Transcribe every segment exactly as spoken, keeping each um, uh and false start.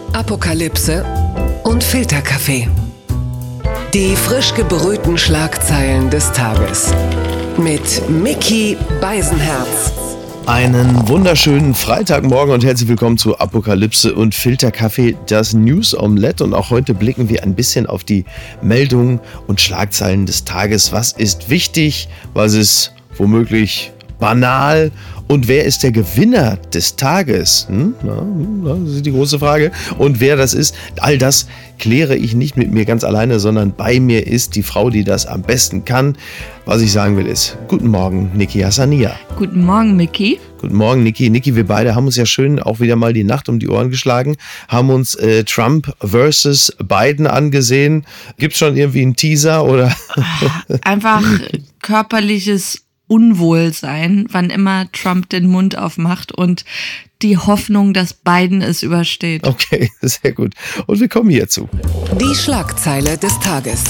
Apokalypse und Filterkaffee. Die frisch gebrühten Schlagzeilen des Tages. Mit Micky Beisenherz. Einen wunderschönen Freitagmorgen und herzlich willkommen zu Apokalypse und Filterkaffee, das News Omelette. Und auch heute blicken wir ein bisschen auf die Meldungen und Schlagzeilen des Tages. Was ist wichtig? Was ist womöglich banal? Und wer ist der Gewinner des Tages? Hm? Na, das ist die große Frage. Und wer das ist, all das kläre ich nicht mit mir ganz alleine, sondern bei mir ist die Frau, die das am besten kann. Was ich sagen will ist, guten Morgen, Niki Hassania. Guten Morgen, Micky. Guten Morgen, Niki. Niki, wir beide haben uns ja schön auch wieder mal die Nacht um die Ohren geschlagen, haben uns äh, Trump versus Biden angesehen. Gibt's schon irgendwie einen Teaser oder? Einfach körperliches Unwohlsein, wann immer Trump den Mund aufmacht und die Hoffnung, dass Biden es übersteht. Okay, sehr gut. Und wir kommen hierzu. Die Schlagzeile des Tages.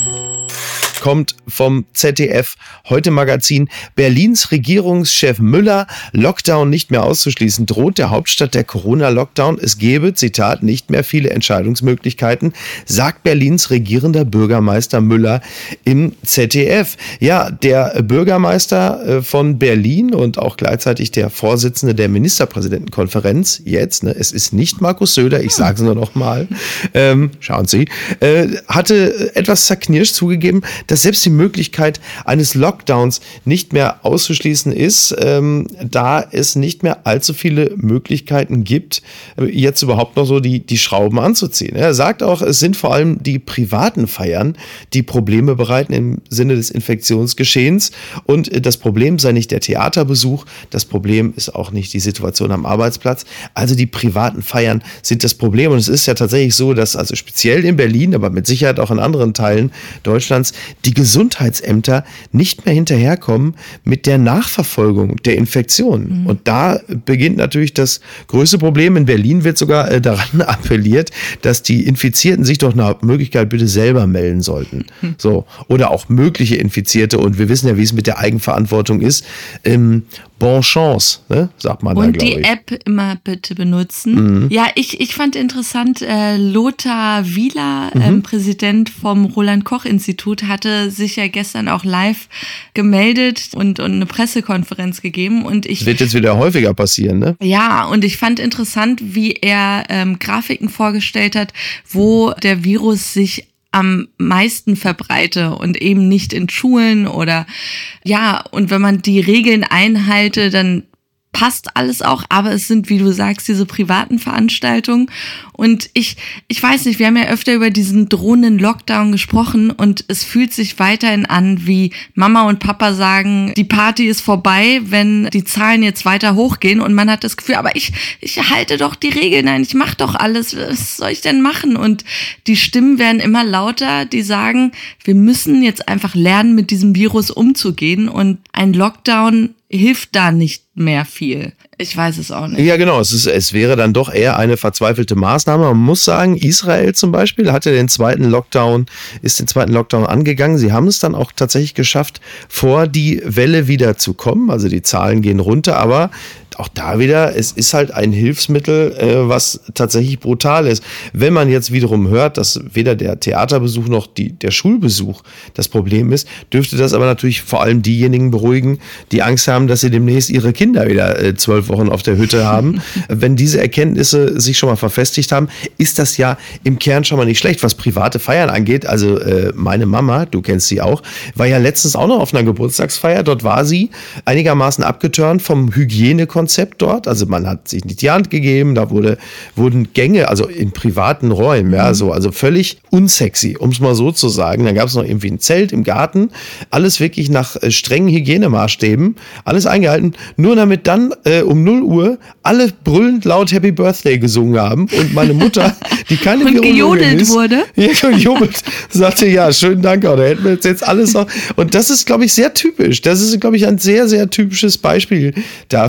Kommt vom Z D F Heute Magazin. Berlins Regierungschef Müller, Lockdown nicht mehr auszuschließen, droht der Hauptstadt der Corona-Lockdown. Es gebe, Zitat, nicht mehr viele Entscheidungsmöglichkeiten, sagt Berlins regierender Bürgermeister Müller im Z D F. Ja, der Bürgermeister von Berlin und auch gleichzeitig der Vorsitzende der Ministerpräsidentenkonferenz, jetzt, ne, es ist nicht Markus Söder, ich sage es nur noch mal, ähm, schauen Sie, äh, hatte etwas zerknirscht zugegeben, dass selbst die Möglichkeit eines Lockdowns nicht mehr auszuschließen ist, ähm, da es nicht mehr allzu viele Möglichkeiten gibt, jetzt überhaupt noch so die, die Schrauben anzuziehen. Er sagt auch, es sind vor allem die privaten Feiern, die Probleme bereiten im Sinne des Infektionsgeschehens, und das Problem sei nicht der Theaterbesuch, das Problem ist auch nicht die Situation am Arbeitsplatz, also die privaten Feiern sind das Problem, und es ist ja tatsächlich so, dass also speziell in Berlin, aber mit Sicherheit auch in anderen Teilen Deutschlands, die Gesundheitsämter nicht mehr hinterherkommen mit der Nachverfolgung der Infektionen. Mhm. Und da beginnt natürlich das größte Problem. In Berlin wird sogar äh, daran appelliert, dass die Infizierten sich doch nach Möglichkeit bitte selber melden sollten. Mhm. So. Oder auch mögliche Infizierte. Und wir wissen ja, wie es mit der Eigenverantwortung ist. Ähm, Bon Chance, ne? Sagt man und da, glaube ich. Und die App immer bitte benutzen. Mhm. Ja, ich, ich fand interessant, äh, Lothar Wieler, mhm. ähm, Präsident vom Roland-Koch-Institut, hatte sich ja gestern auch live gemeldet und, und eine Pressekonferenz gegeben. Und ich, das wird jetzt wieder häufiger passieren, ne? Ja, und ich fand interessant, wie er ähm, Grafiken vorgestellt hat, wo der Virus sich am meisten verbreite und eben nicht in Schulen oder ja, und wenn man die Regeln einhalte, dann passt alles auch, aber es sind, wie du sagst, diese privaten Veranstaltungen. Und ich, ich weiß nicht, wir haben ja öfter über diesen drohenden Lockdown gesprochen und es fühlt sich weiterhin an, wie Mama und Papa sagen, die Party ist vorbei, wenn die Zahlen jetzt weiter hochgehen, und man hat das Gefühl, aber ich, ich halte doch die Regeln ein, ich mache doch alles, was soll ich denn machen? Und die Stimmen werden immer lauter, die sagen, wir müssen jetzt einfach lernen, mit diesem Virus umzugehen, und ein Lockdown hilft da nicht mehr viel. Ich weiß es auch nicht. Ja, genau. Es, ist, es wäre dann doch eher eine verzweifelte Maßnahme. Man muss sagen, Israel zum Beispiel hatte den zweiten Lockdown, ist den zweiten Lockdown angegangen. Sie haben es dann auch tatsächlich geschafft, vor die Welle wieder zu kommen. Also die Zahlen gehen runter, aber auch da wieder, es ist halt ein Hilfsmittel, äh, was tatsächlich brutal ist. Wenn man jetzt wiederum hört, dass weder der Theaterbesuch noch die, der Schulbesuch das Problem ist, dürfte das aber natürlich vor allem diejenigen beruhigen, die Angst haben, dass sie demnächst ihre Kinder wieder äh, zwölf Wochen auf der Hütte haben. Wenn diese Erkenntnisse sich schon mal verfestigt haben, ist das ja im Kern schon mal nicht schlecht, was private Feiern angeht. Also äh, meine Mama, du kennst sie auch, war ja letztens auch noch auf einer Geburtstagsfeier. Dort war sie einigermaßen abgeturnt vom Hygienekonzept dort, also man hat sich nicht die Hand gegeben, da wurde, wurden Gänge, also in privaten Räumen, ja, so, also völlig unsexy, um es mal so zu sagen. Dann gab es noch irgendwie ein Zelt im Garten, alles wirklich nach äh, strengen Hygienemaßstäben, alles eingehalten, nur damit dann äh, um null Uhr alle brüllend laut Happy Birthday gesungen haben, und meine Mutter, die keine und gejodelt ist, wurde. Ja, gejodelt, sagte, ja, schönen Dank, da hätten wir jetzt alles noch. Und das ist, glaube ich, sehr typisch. Das ist, glaube ich, ein sehr, sehr typisches Beispiel dafür.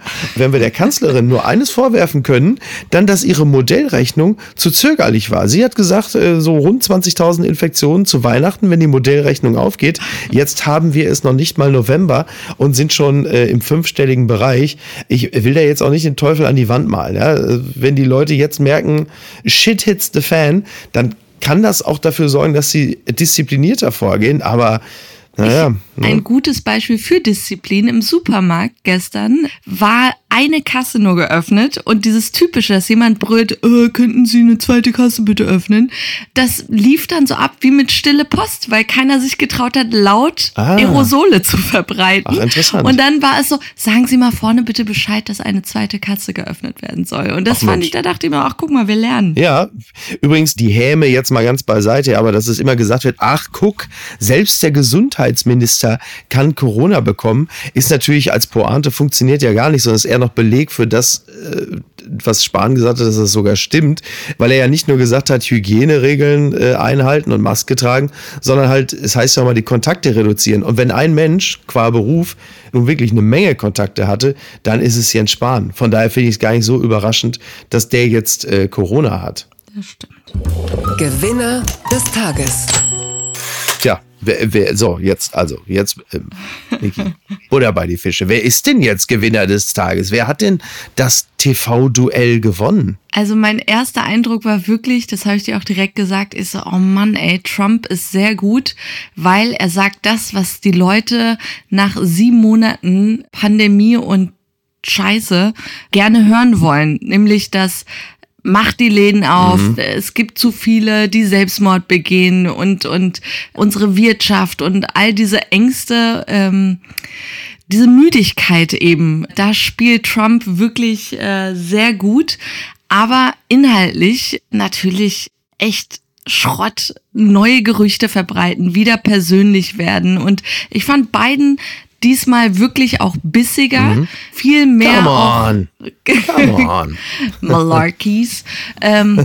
wenn wir der Kanzlerin nur eines vorwerfen können, dann, dass ihre Modellrechnung zu zögerlich war. Sie hat gesagt, so rund zwanzigtausend Infektionen zu Weihnachten, wenn die Modellrechnung aufgeht. Jetzt haben wir es noch nicht mal November und sind schon äh, im fünfstelligen Bereich. Ich will da jetzt auch nicht den Teufel an die Wand malen. Ja? Wenn die Leute jetzt merken, shit hits the fan, dann kann das auch dafür sorgen, dass sie disziplinierter vorgehen, aber naja. Ich, ein gutes Beispiel für Disziplin im Supermarkt gestern war eine Kasse nur geöffnet und dieses Typische, dass jemand brüllt, äh, könnten Sie eine zweite Kasse bitte öffnen, das lief dann so ab wie mit stille Post, weil keiner sich getraut hat, laut ah. Aerosole zu verbreiten. Ach, interessant. Und dann war es so, sagen Sie mal vorne bitte Bescheid, dass eine zweite Kasse geöffnet werden soll. Und das ach, fand Mensch. ich, da dachte ich mir, ach guck mal, wir lernen. Ja, übrigens die Häme jetzt mal ganz beiseite, aber dass es immer gesagt wird, ach guck, selbst der Gesundheitsminister kann Corona bekommen, ist natürlich als Pointe, funktioniert ja gar nicht, sondern ist eher noch Beleg für das, was Spahn gesagt hat, dass das sogar stimmt, weil er ja nicht nur gesagt hat, Hygieneregeln einhalten und Maske tragen, sondern halt, es heißt ja mal, die Kontakte reduzieren. Und wenn ein Mensch qua Beruf nun wirklich eine Menge Kontakte hatte, dann ist es Jens Spahn. Von daher finde ich es gar nicht so überraschend, dass der jetzt äh, Corona hat. Das stimmt. Gewinner des Tages. Tja, wer, wer, so, jetzt, also, jetzt, ähm, Niki, Butter bei die Fische. Wer ist denn jetzt Gewinner des Tages? Wer hat denn das T V-Duell gewonnen? Also mein erster Eindruck war wirklich, das habe ich dir auch direkt gesagt, ist so, oh Mann, ey, Trump ist sehr gut, weil er sagt das, was die Leute nach sieben Monaten Pandemie und Scheiße gerne hören wollen. Nämlich, dass macht die Läden auf, mhm. es gibt zu viele, die Selbstmord begehen und und unsere Wirtschaft und all diese Ängste, ähm, diese Müdigkeit eben, da spielt Trump wirklich äh, sehr gut, aber inhaltlich natürlich echt Schrott, neue Gerüchte verbreiten, wieder persönlich werden und ich fand Biden diesmal wirklich auch bissiger, mhm. viel mehr Come on. Auch Come on. Malarkeys. ähm,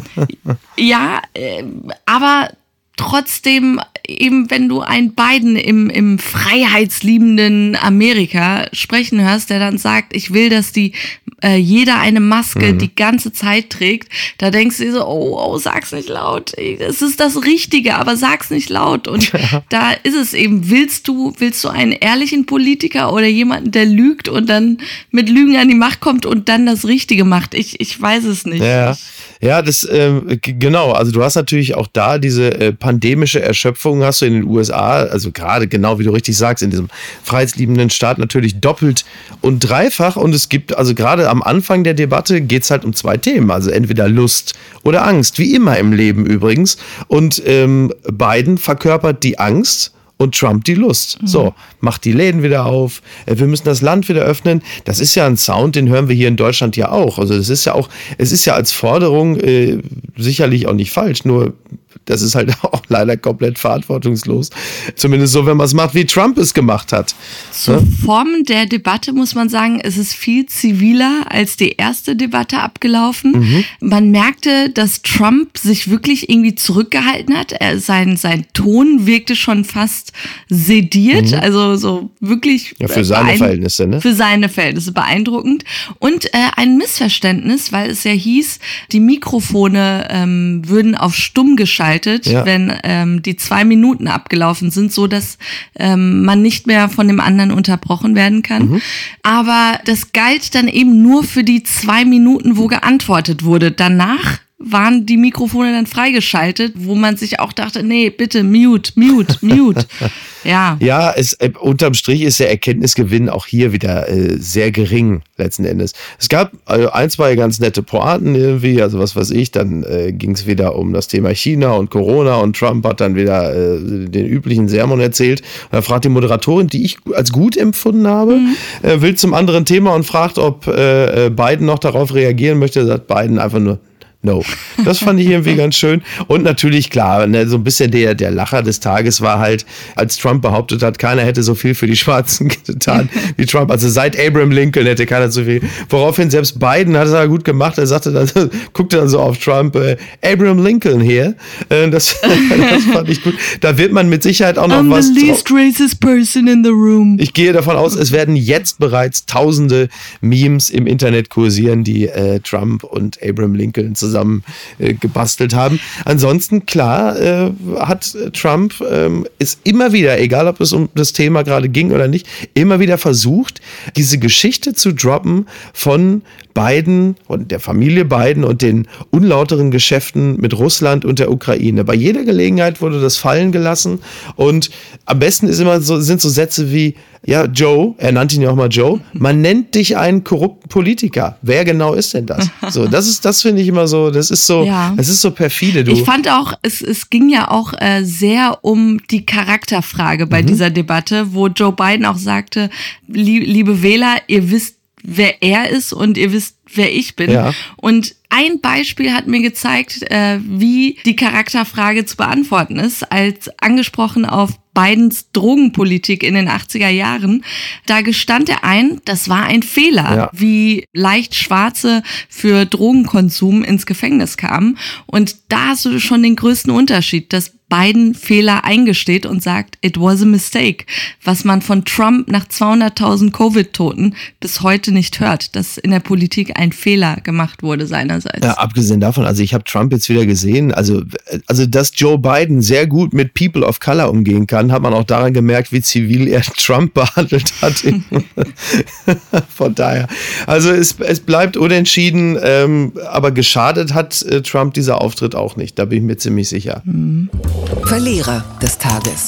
ja, äh, aber trotzdem, eben wenn du einen Biden im, im freiheitsliebenden Amerika sprechen hörst, der dann sagt, ich will, dass die äh, jeder eine Maske mhm. die ganze Zeit trägt, da denkst du dir so, oh, oh, sag's nicht laut. Es ist das Richtige, aber sag's nicht laut. Und ja. da ist es eben, willst du, willst du einen ehrlichen Politiker oder jemanden, der lügt und dann mit Lügen an die Macht kommt und dann das Richtige macht? Ich, ich weiß es nicht. Ja. Ja, das ähm, genau. Also du hast natürlich auch da diese äh, pandemische Erschöpfung hast du in den U S A, also gerade genau wie du richtig sagst, in diesem freiheitsliebenden Staat natürlich doppelt und dreifach. Und es gibt also gerade am Anfang der Debatte geht's halt um zwei Themen, also entweder Lust oder Angst, wie immer im Leben übrigens. Und ähm, Biden verkörpert die Angst. Und Trump die Lust. Mhm. So, macht die Läden wieder auf, wir müssen das Land wieder öffnen. Das ist ja ein Sound, den hören wir hier in Deutschland ja auch. Also das ist ja auch, es ist ja als Forderung äh, sicherlich auch nicht falsch, nur das ist halt auch leider komplett verantwortungslos. Zumindest so, wenn man es macht, wie Trump es gemacht hat. Zur ja? Form der Debatte muss man sagen, es ist viel ziviler als die erste Debatte abgelaufen. Mhm. Man merkte, dass Trump sich wirklich irgendwie zurückgehalten hat. Er, sein, sein Ton wirkte schon fast sediert, mhm. also so wirklich ja, für seine Verhältnisse, ne? Für seine Verhältnisse beeindruckend. Und äh, ein Missverständnis, weil es ja hieß, die Mikrofone ähm, würden auf stumm geschaltet, ja. wenn ähm, die zwei Minuten abgelaufen sind, so dass ähm, man nicht mehr von dem anderen unterbrochen werden kann. Mhm. Aber das galt dann eben nur für die zwei Minuten, wo geantwortet wurde. Danach waren die Mikrofone dann freigeschaltet, wo man sich auch dachte, nee, bitte, mute, mute, mute. Ja, ja es, äh, unterm Strich ist der Erkenntnisgewinn auch hier wieder äh, sehr gering, letzten Endes. Es gab also ein, zwei ganz nette Pointen irgendwie, also was weiß ich, dann äh, ging es wieder um das Thema China und Corona und Trump hat dann wieder äh, den üblichen Sermon erzählt. Und da fragt die Moderatorin, die ich als gut empfunden habe, mhm. äh, will zum anderen Thema und fragt, ob äh, Biden noch darauf reagieren möchte, sagt Biden einfach nur, no. Das fand ich irgendwie ganz schön. Und natürlich, klar, ne, so ein bisschen der, der Lacher des Tages war halt, als Trump behauptet hat, keiner hätte so viel für die Schwarzen getan wie Trump. Also seit Abraham Lincoln hätte keiner so viel. Woraufhin selbst Biden hat es aber gut gemacht. Er sagte dann, guckte dann so auf Trump, äh, Abraham Lincoln hier. Äh, das, das fand ich gut. Da wird man mit Sicherheit auch noch I'm was... the least racist person in the room. Ich gehe davon aus, es werden jetzt bereits tausende Memes im Internet kursieren, die äh, Trump und Abraham Lincoln zusammen äh, gebastelt haben. Ansonsten, klar, äh, hat Trump ähm, ist immer wieder, egal ob es um das Thema gerade ging oder nicht, immer wieder versucht, diese Geschichte zu droppen von Biden und der Familie Biden und den unlauteren Geschäften mit Russland und der Ukraine. Bei jeder Gelegenheit wurde das fallen gelassen und am besten ist immer so, sind so Sätze wie, ja, Joe, er nannte ihn ja auch mal Joe, man nennt dich einen korrupten Politiker. Wer genau ist denn das? So, das ist, das finde ich immer so, das ist so, ja. das ist so perfide, du. Ich fand auch, es, es ging ja auch äh, sehr um die Charakterfrage bei mhm. dieser Debatte, wo Joe Biden auch sagte, lieb, liebe Wähler, ihr wisst, wer er ist und ihr wisst, wer ich bin. Ja. Und ein Beispiel hat mir gezeigt, äh, wie die Charakterfrage zu beantworten ist, als angesprochen auf Bidens Drogenpolitik in den achtziger Jahren. Da gestand er ein, das war ein Fehler, ja. wie leicht Schwarze für Drogenkonsum ins Gefängnis kamen. Und da hast du schon den größten Unterschied, dass Biden Fehler eingesteht und sagt, it was a mistake, was man von Trump nach zweihunderttausend Covid-Toten bis heute nicht hört, dass in der Politik ein Fehler gemacht wurde seinerseits. Ja, abgesehen davon, also ich habe Trump jetzt wieder gesehen, also, also dass Joe Biden sehr gut mit People of Color umgehen kann, hat man auch daran gemerkt, wie zivil er Trump behandelt hat. Von daher, also es, es bleibt unentschieden, ähm, aber geschadet hat äh, Trump dieser Auftritt auch nicht, da bin ich mir ziemlich sicher. Mhm. Verlierer des Tages.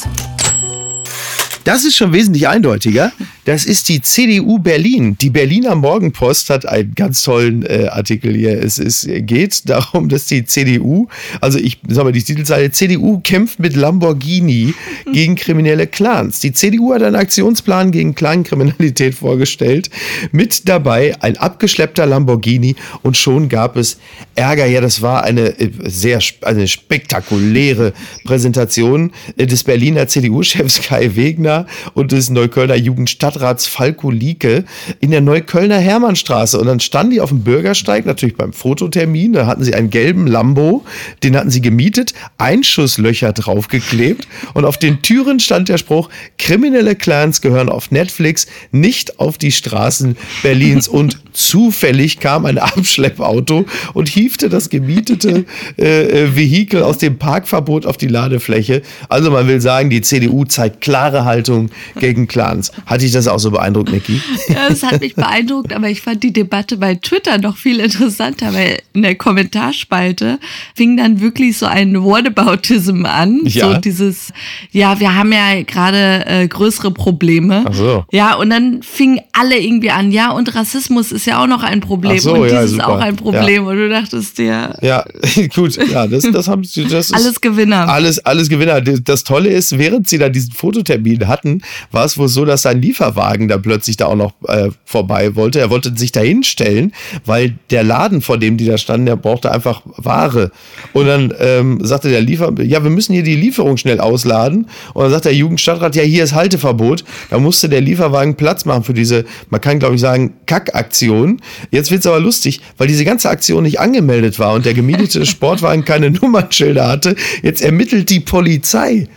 Das ist schon wesentlich eindeutiger. Das ist die C D U Berlin. Die Berliner Morgenpost hat einen ganz tollen äh, Artikel hier. Es, es geht darum, dass die C D U, also ich sag mal die Titelzeile, C D U kämpft mit Lamborghini gegen kriminelle Clans. Die C D U hat einen Aktionsplan gegen Clankriminalität vorgestellt. Mit dabei ein abgeschleppter Lamborghini und schon gab es Ärger. Ja, das war eine sehr eine spektakuläre Präsentation des Berliner C D U-Chefs Kai Wegner und des Neuköllner Jugendstadtrats Falko Lieke in der Neuköllner Hermannstraße. Und dann standen die auf dem Bürgersteig, natürlich beim Fototermin. Da hatten sie einen gelben Lambo, den hatten sie gemietet, Einschusslöcher draufgeklebt und auf den Türen stand der Spruch, kriminelle Clans gehören auf Netflix, nicht auf die Straßen Berlins. Und zufällig kam ein Abschleppauto und hiefte das gemietete äh, Vehikel aus dem Parkverbot auf die Ladefläche. Also man will sagen, die C D U zeigt klare Haltung gegen Clans. Hat dich das auch so beeindruckt, Niki? Ja, es hat mich beeindruckt, aber ich fand die Debatte bei Twitter noch viel interessanter, weil in der Kommentarspalte fing dann wirklich so ein Whataboutism an. Ja. So dieses, ja, wir haben ja gerade äh, größere Probleme. Ach so. Ja, und dann fingen alle irgendwie an, ja, und Rassismus ist ja auch noch ein Problem. Ach so, und ja, dieses ist super. auch ein Problem. Ja. Und du dachtest dir... Ja, gut, ja, das, das haben sie... Das ist alles Gewinner. Alles, alles Gewinner. Das Tolle ist, während sie da diesen Fototermin hatten, war es wohl so, dass sein Lieferwagen da plötzlich da auch noch äh, vorbei wollte. Er wollte sich da hinstellen, weil der Laden, vor dem die da standen, der brauchte einfach Ware. Und dann ähm, sagte der Liefer, ja, wir müssen hier die Lieferung schnell ausladen. Und dann sagt der Jugendstadtrat, ja, hier ist Halteverbot. Da musste der Lieferwagen Platz machen für diese, man kann glaube ich sagen, Kackaktion. Jetzt wird's aber lustig, weil diese ganze Aktion nicht angemeldet war und der gemietete Sportwagen keine Nummernschilder hatte. Jetzt ermittelt die Polizei.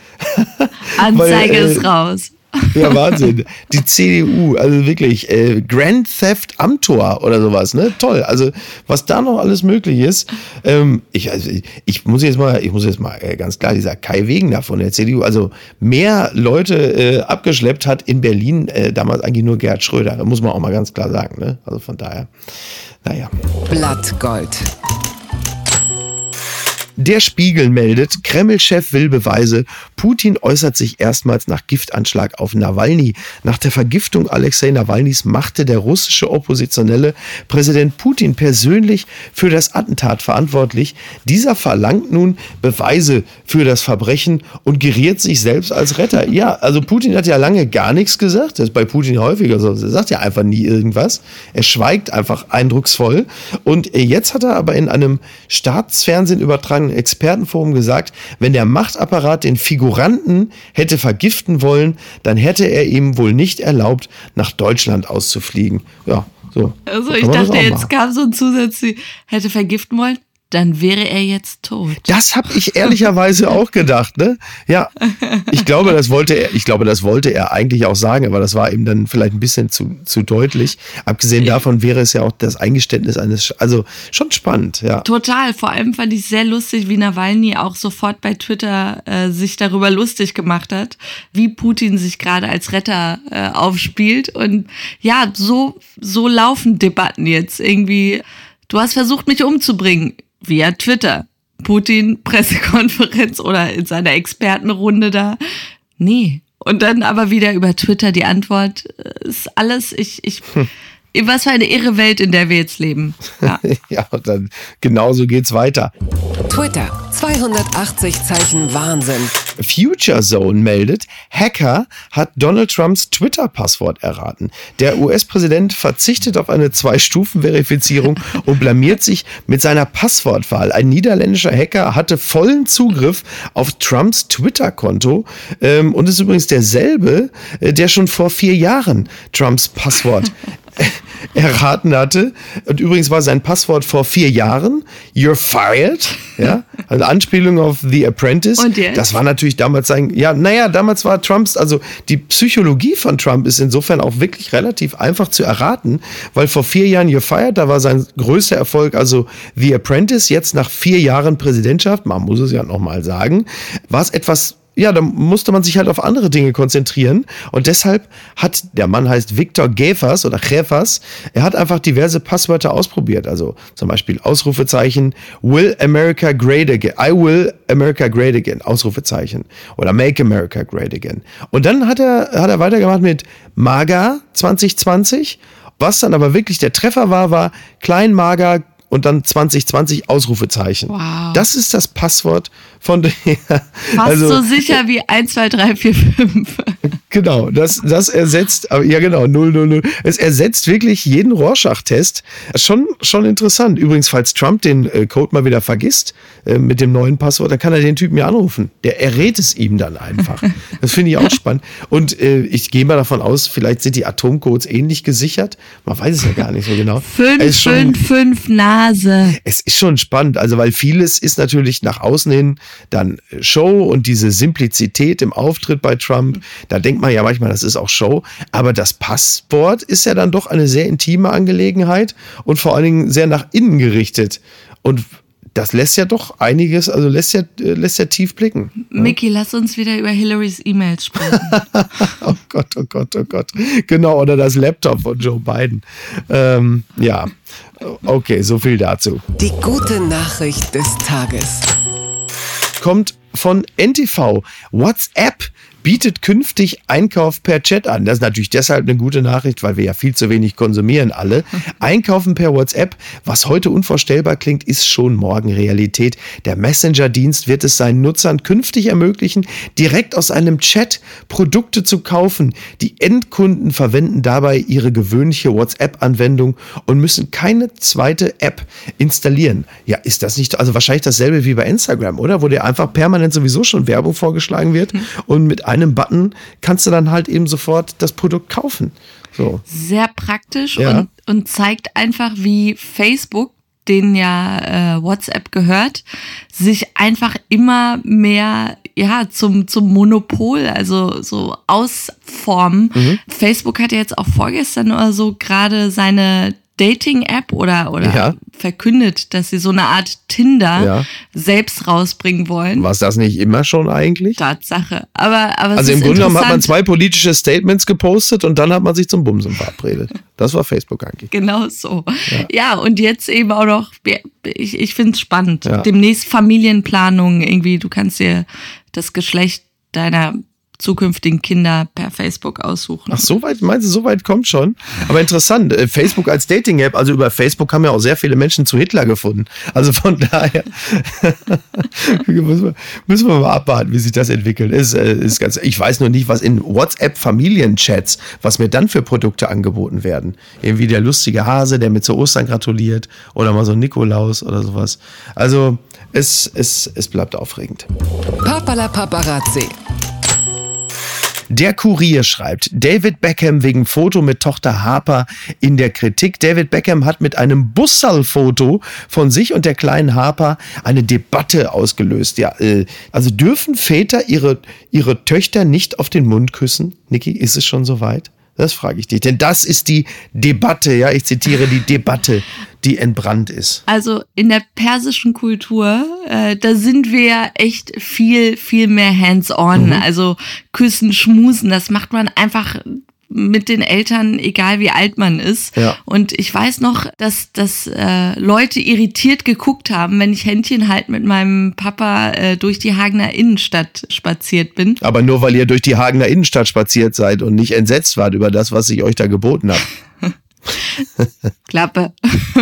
Anzeige weil, äh, ist raus. Ja, Wahnsinn. Die C D U, also wirklich, äh, Grand Theft am Tor oder sowas, ne? Toll. Also, was da noch alles möglich ist. Ähm, ich, also, ich muss jetzt mal, ich muss jetzt mal äh, ganz klar, dieser Kai Wegner von der C D U, also mehr Leute äh, abgeschleppt hat in Berlin äh, damals eigentlich nur Gerhard Schröder. Da muss man auch mal ganz klar sagen, ne? Also von daher, naja. Blattgold. Der Spiegel meldet, Kreml-Chef will Beweise. Putin äußert sich erstmals nach Giftanschlag auf Nawalny. Nach der Vergiftung Alexei Nawalnys machte der russische Oppositionelle Präsident Putin persönlich für das Attentat verantwortlich. Dieser verlangt nun Beweise für das Verbrechen und geriert sich selbst als Retter. Ja, also Putin hat ja lange gar nichts gesagt. Das ist bei Putin häufiger so. Er sagt ja einfach nie irgendwas. Er schweigt einfach eindrucksvoll. Und jetzt hat er aber in einem Staatsfernsehen übertragenen Expertenforum gesagt, wenn der Machtapparat den Figuranten hätte vergiften wollen, dann hätte er ihm wohl nicht erlaubt, nach Deutschland auszufliegen. Ja, so. Also ich dachte, jetzt kam so ein Zusatz, sie hätte vergiften wollen. Dann wäre er jetzt tot. Das habe ich ehrlicherweise auch gedacht, ne? Ja, ich glaube, das wollte er, ich glaube, das wollte er eigentlich auch sagen, aber das war ihm dann vielleicht ein bisschen zu, zu deutlich. Abgesehen davon wäre es ja auch das Eingeständnis eines, also schon spannend, ja. Total, vor allem fand ich sehr lustig, wie Nawalny auch sofort bei Twitter äh, sich darüber lustig gemacht hat, wie Putin sich gerade als Retter äh, aufspielt. Und ja, so, so laufen Debatten jetzt irgendwie. Du hast versucht, mich umzubringen. Via Twitter. Putin, Pressekonferenz oder in seiner Expertenrunde da. Nee. Und dann aber wieder über Twitter die Antwort, ist alles, ich, ich, hm. was für eine irre Welt, in der wir jetzt leben. Ja, ja, und dann genauso geht's weiter. Twitter, zweihundertachtzig Zeichen Wahnsinn. Future Zone meldet, Hacker hat Donald Trumps Twitter-Passwort erraten. Der U S-Präsident verzichtet auf eine Zwei-Stufen-Verifizierung und blamiert sich mit seiner Passwortwahl. Ein niederländischer Hacker hatte vollen Zugriff auf Trumps Twitter-Konto ähm, und ist übrigens derselbe, äh, der schon vor vier Jahren Trumps Passwort erraten hatte. Und übrigens war sein Passwort vor vier Jahren You're fired. Ja, eine Anspielung auf The Apprentice. Und jetzt? Das war natürlich damals sein, ja, naja, damals war Trumps, also die Psychologie von Trump ist insofern auch wirklich relativ einfach zu erraten, weil vor vier Jahren You're fired, da war sein größter Erfolg, also The Apprentice, jetzt nach vier Jahren Präsidentschaft, man muss es ja nochmal sagen, war es etwas, ja, da musste man sich halt auf andere Dinge konzentrieren und deshalb hat, der Mann heißt Victor Gevers oder Gevers, er hat einfach diverse Passwörter ausprobiert, also zum Beispiel Ausrufezeichen, Will America Great Again, I will America Great Again, Ausrufezeichen oder Make America Great Again. Und dann hat er, hat er weitergemacht mit MAGA zwanzig zwanzig, was dann aber wirklich der Treffer war, war Klein MAGA und dann zwanzig zwanzig Ausrufezeichen. Wow. Das ist das Passwort von der. Fast also, so sicher wie eins, zwei, drei, vier, fünf. Genau, das, das ersetzt, ja genau, null null null. Es ersetzt wirklich jeden Rorschach-Test. Schon, schon interessant. Übrigens, falls Trump den äh, Code mal wieder vergisst äh, mit dem neuen Passwort, dann kann er den Typen ja anrufen. Der errät es ihm dann einfach. Das finde ich auch spannend. Und äh, ich gehe mal davon aus, vielleicht sind die Atomcodes ähnlich gesichert. Man weiß es ja gar nicht so genau. fünf fünf fünf Nase. Es ist schon spannend, also weil vieles ist natürlich nach außen hin dann Show und diese Simplizität im Auftritt bei Trump, da denkt man ja manchmal, das ist auch Show, aber das Passwort ist ja dann doch eine sehr intime Angelegenheit und vor allen Dingen sehr nach innen gerichtet und das lässt ja doch einiges, also lässt ja, lässt ja tief blicken. Micky, ja. Lass uns wieder über Hillarys E-Mails sprechen. Oh Gott, oh Gott, oh Gott. Genau, oder das Laptop von Joe Biden. Ähm, ja, okay, so viel dazu. Die gute Nachricht des Tages kommt von N T V. WhatsApp bietet künftig Einkauf per Chat an. Das ist natürlich deshalb eine gute Nachricht, weil wir ja viel zu wenig konsumieren alle. Einkaufen per WhatsApp, was heute unvorstellbar klingt, ist schon morgen Realität. Der Messenger-Dienst wird es seinen Nutzern künftig ermöglichen, direkt aus einem Chat Produkte zu kaufen. Die Endkunden verwenden dabei ihre gewöhnliche WhatsApp-Anwendung und müssen keine zweite App installieren. Ja, ist das nicht, also wahrscheinlich dasselbe wie bei Instagram, oder? Wo dir einfach permanent sowieso schon Werbung vorgeschlagen wird mhm. und mit einem Button kannst du dann halt eben sofort das Produkt kaufen. So. Sehr praktisch ja. und, und zeigt einfach, wie Facebook, denen ja äh, WhatsApp gehört, sich einfach immer mehr ja zum zum Monopol, also so ausformen. Mhm. Facebook hat ja jetzt auch vorgestern oder so gerade seine Dating-App oder, oder Ja. verkündet, dass sie so eine Art Tinder Ja. selbst rausbringen wollen. War es das nicht immer schon eigentlich? Tatsache. Aber, aber Also es im ist Grunde genommen hat man interessant. zwei politische Statements gepostet und dann hat man sich zum Bumsen verabredet. Das war Facebook eigentlich. Genau so. Ja. ja, und jetzt eben auch noch, ich, ich finde es spannend. Ja. Demnächst Familienplanung, irgendwie, du kannst dir das Geschlecht deiner zukünftigen Kinder per Facebook aussuchen. Ach, so weit, meinst du, so weit kommt schon? Aber interessant, äh, Facebook als Dating-App, also über Facebook haben ja auch sehr viele Menschen zu Hitler gefunden. Also von daher müssen, wir, müssen wir mal abwarten, wie sich das entwickelt. Ist, äh, ist ganz, ich weiß nur nicht, was in WhatsApp-Familienchats, was mir dann für Produkte angeboten werden. Irgendwie der lustige Hase, der mir zu Ostern gratuliert oder mal so ein Nikolaus oder sowas. Also es, es, es bleibt aufregend. Papala Paparazzi. Der Kurier schreibt, David Beckham wegen Foto mit Tochter Harper in der Kritik. David Beckham hat mit einem Bussal-Foto von sich und der kleinen Harper eine Debatte ausgelöst. Ja, äh, also dürfen Väter ihre, ihre Töchter nicht auf den Mund küssen? Niki, ist es schon soweit? Das frage ich dich. Denn das ist die Debatte, ja, ich zitiere die Debatte, die entbrannt ist. Also in der persischen Kultur, äh, da sind wir ja echt viel, viel mehr hands-on. Mhm. Also küssen, schmusen, das macht man einfach mit den Eltern, egal wie alt man ist. Ja. Und ich weiß noch, dass, dass äh, Leute irritiert geguckt haben, wenn ich Händchen halt mit meinem Papa äh, durch die Hagener Innenstadt spaziert bin. Aber nur, weil ihr durch die Hagener Innenstadt spaziert seid und nicht entsetzt wart über das, was ich euch da geboten habe. Klappe.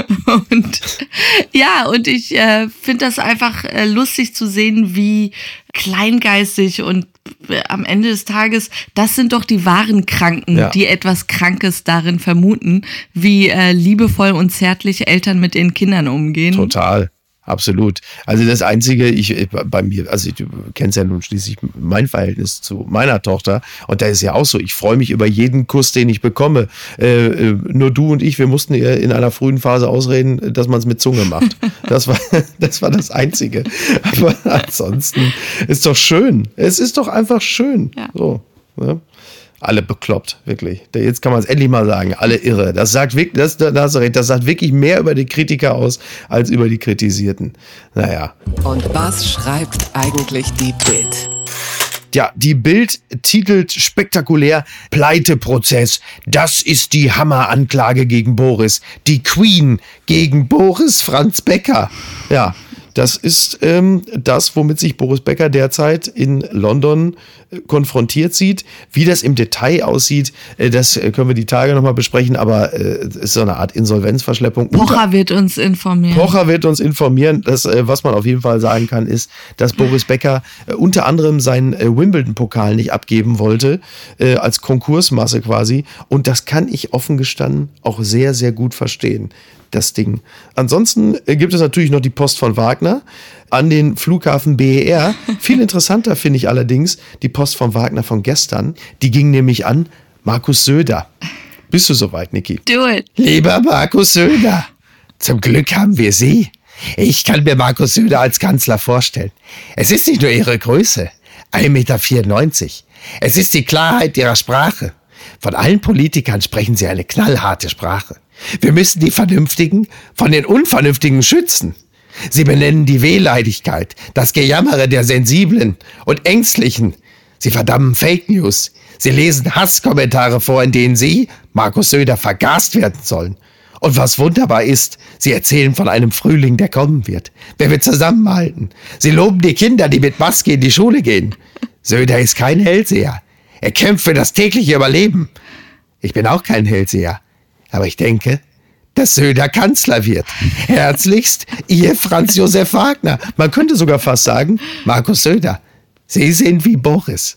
Und ja, und ich äh, finde das einfach äh, lustig zu sehen, wie kleingeistig und äh, am Ende des Tages, das sind doch die wahren Kranken, ja. die etwas Krankes darin vermuten, wie äh, liebevoll und zärtlich Eltern mit ihren Kindern umgehen. Total. Absolut. Also das Einzige, ich bei mir, also du kennst ja nun schließlich mein Verhältnis zu meiner Tochter und da ist ja auch so, ich freue mich über jeden Kuss, den ich bekomme. Äh, nur du und ich, wir mussten ihr in einer frühen Phase ausreden, dass man es mit Zunge macht. Das war, das war das Einzige. Aber ansonsten ist doch schön. Es ist doch einfach schön. Ja. So, ne? Alle bekloppt, wirklich. Jetzt kann man es endlich mal sagen, alle irre. Das sagt wirklich, das, da hast du recht, das sagt wirklich mehr über die Kritiker aus, als über die Kritisierten. Naja. Und was schreibt eigentlich die Bild? Ja, die Bild titelt spektakulär Pleiteprozess. Das ist die Hammeranklage gegen Boris. Die Queen gegen Boris Franz Becker. Ja. Das ist ähm, das, womit sich Boris Becker derzeit in London äh, konfrontiert sieht. Wie das im Detail aussieht, äh, das äh, können wir die Tage nochmal besprechen, aber es äh, ist so eine Art Insolvenzverschleppung. Pocher wird uns informieren. Pocher wird uns informieren. Das, äh, was man auf jeden Fall sagen kann, ist, dass Boris Becker äh, unter anderem seinen äh, Wimbledon-Pokal nicht abgeben wollte, äh, als Konkursmasse quasi. Und das kann ich offen gestanden auch sehr, sehr gut verstehen. Das Ding. Ansonsten gibt es natürlich noch die Post von Wagner an den Flughafen B E R. Viel interessanter finde ich allerdings die Post von Wagner von gestern. Die ging nämlich an Markus Söder. Bist du soweit, Niki? Do it. Lieber Markus Söder, zum Glück haben wir Sie. Ich kann mir Markus Söder als Kanzler vorstellen. Es ist nicht nur Ihre Größe, ein Meter vierundneunzig. Es ist die Klarheit Ihrer Sprache. Von allen Politikern sprechen Sie eine knallharte Sprache. Wir müssen die Vernünftigen von den Unvernünftigen schützen. Sie benennen die Wehleidigkeit, das Gejammere der Sensiblen und Ängstlichen. Sie verdammen Fake News. Sie lesen Hasskommentare vor, in denen Sie, Markus Söder, vergast werden sollen. Und was wunderbar ist, Sie erzählen von einem Frühling, der kommen wird. Wer wird zusammenhalten? Sie loben die Kinder, die mit Maske in die Schule gehen. Söder ist kein Hellseher. Er kämpft für das tägliche Überleben. Ich bin auch kein Hellseher. Aber ich denke, dass Söder Kanzler wird. Herzlichst, Ihr Franz Josef Wagner. Man könnte sogar fast sagen, Markus Söder. Sie sind wie Boris.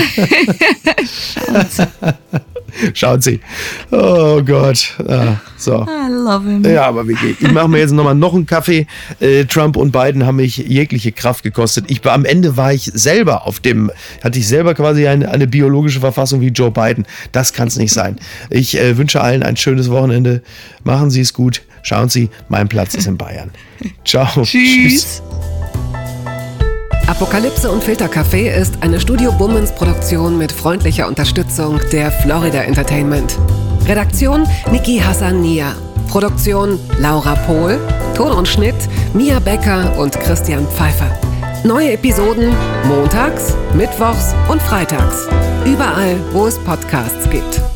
Schauen Sie. Oh Gott. Ah, so. I love him. Ja, aber wie geht? Ich mache mir jetzt nochmal noch einen Kaffee. Äh, Trump und Biden haben mich jegliche Kraft gekostet. Ich war, am Ende war ich selber auf dem, hatte ich selber quasi eine, eine biologische Verfassung wie Joe Biden. Das kann es nicht sein. Ich äh, wünsche allen ein schönes Wochenende. Machen Sie es gut. Schauen Sie, mein Platz ist in Bayern. Ciao. Tschüss. Tschüss. Apokalypse und Filtercafé ist eine Studio Bummens Produktion mit freundlicher Unterstützung der Florida Entertainment. Redaktion Niki Hassania. Produktion Laura Pohl, Ton und Schnitt Mia Becker und Christian Pfeiffer. Neue Episoden montags, mittwochs und freitags. Überall, wo es Podcasts gibt.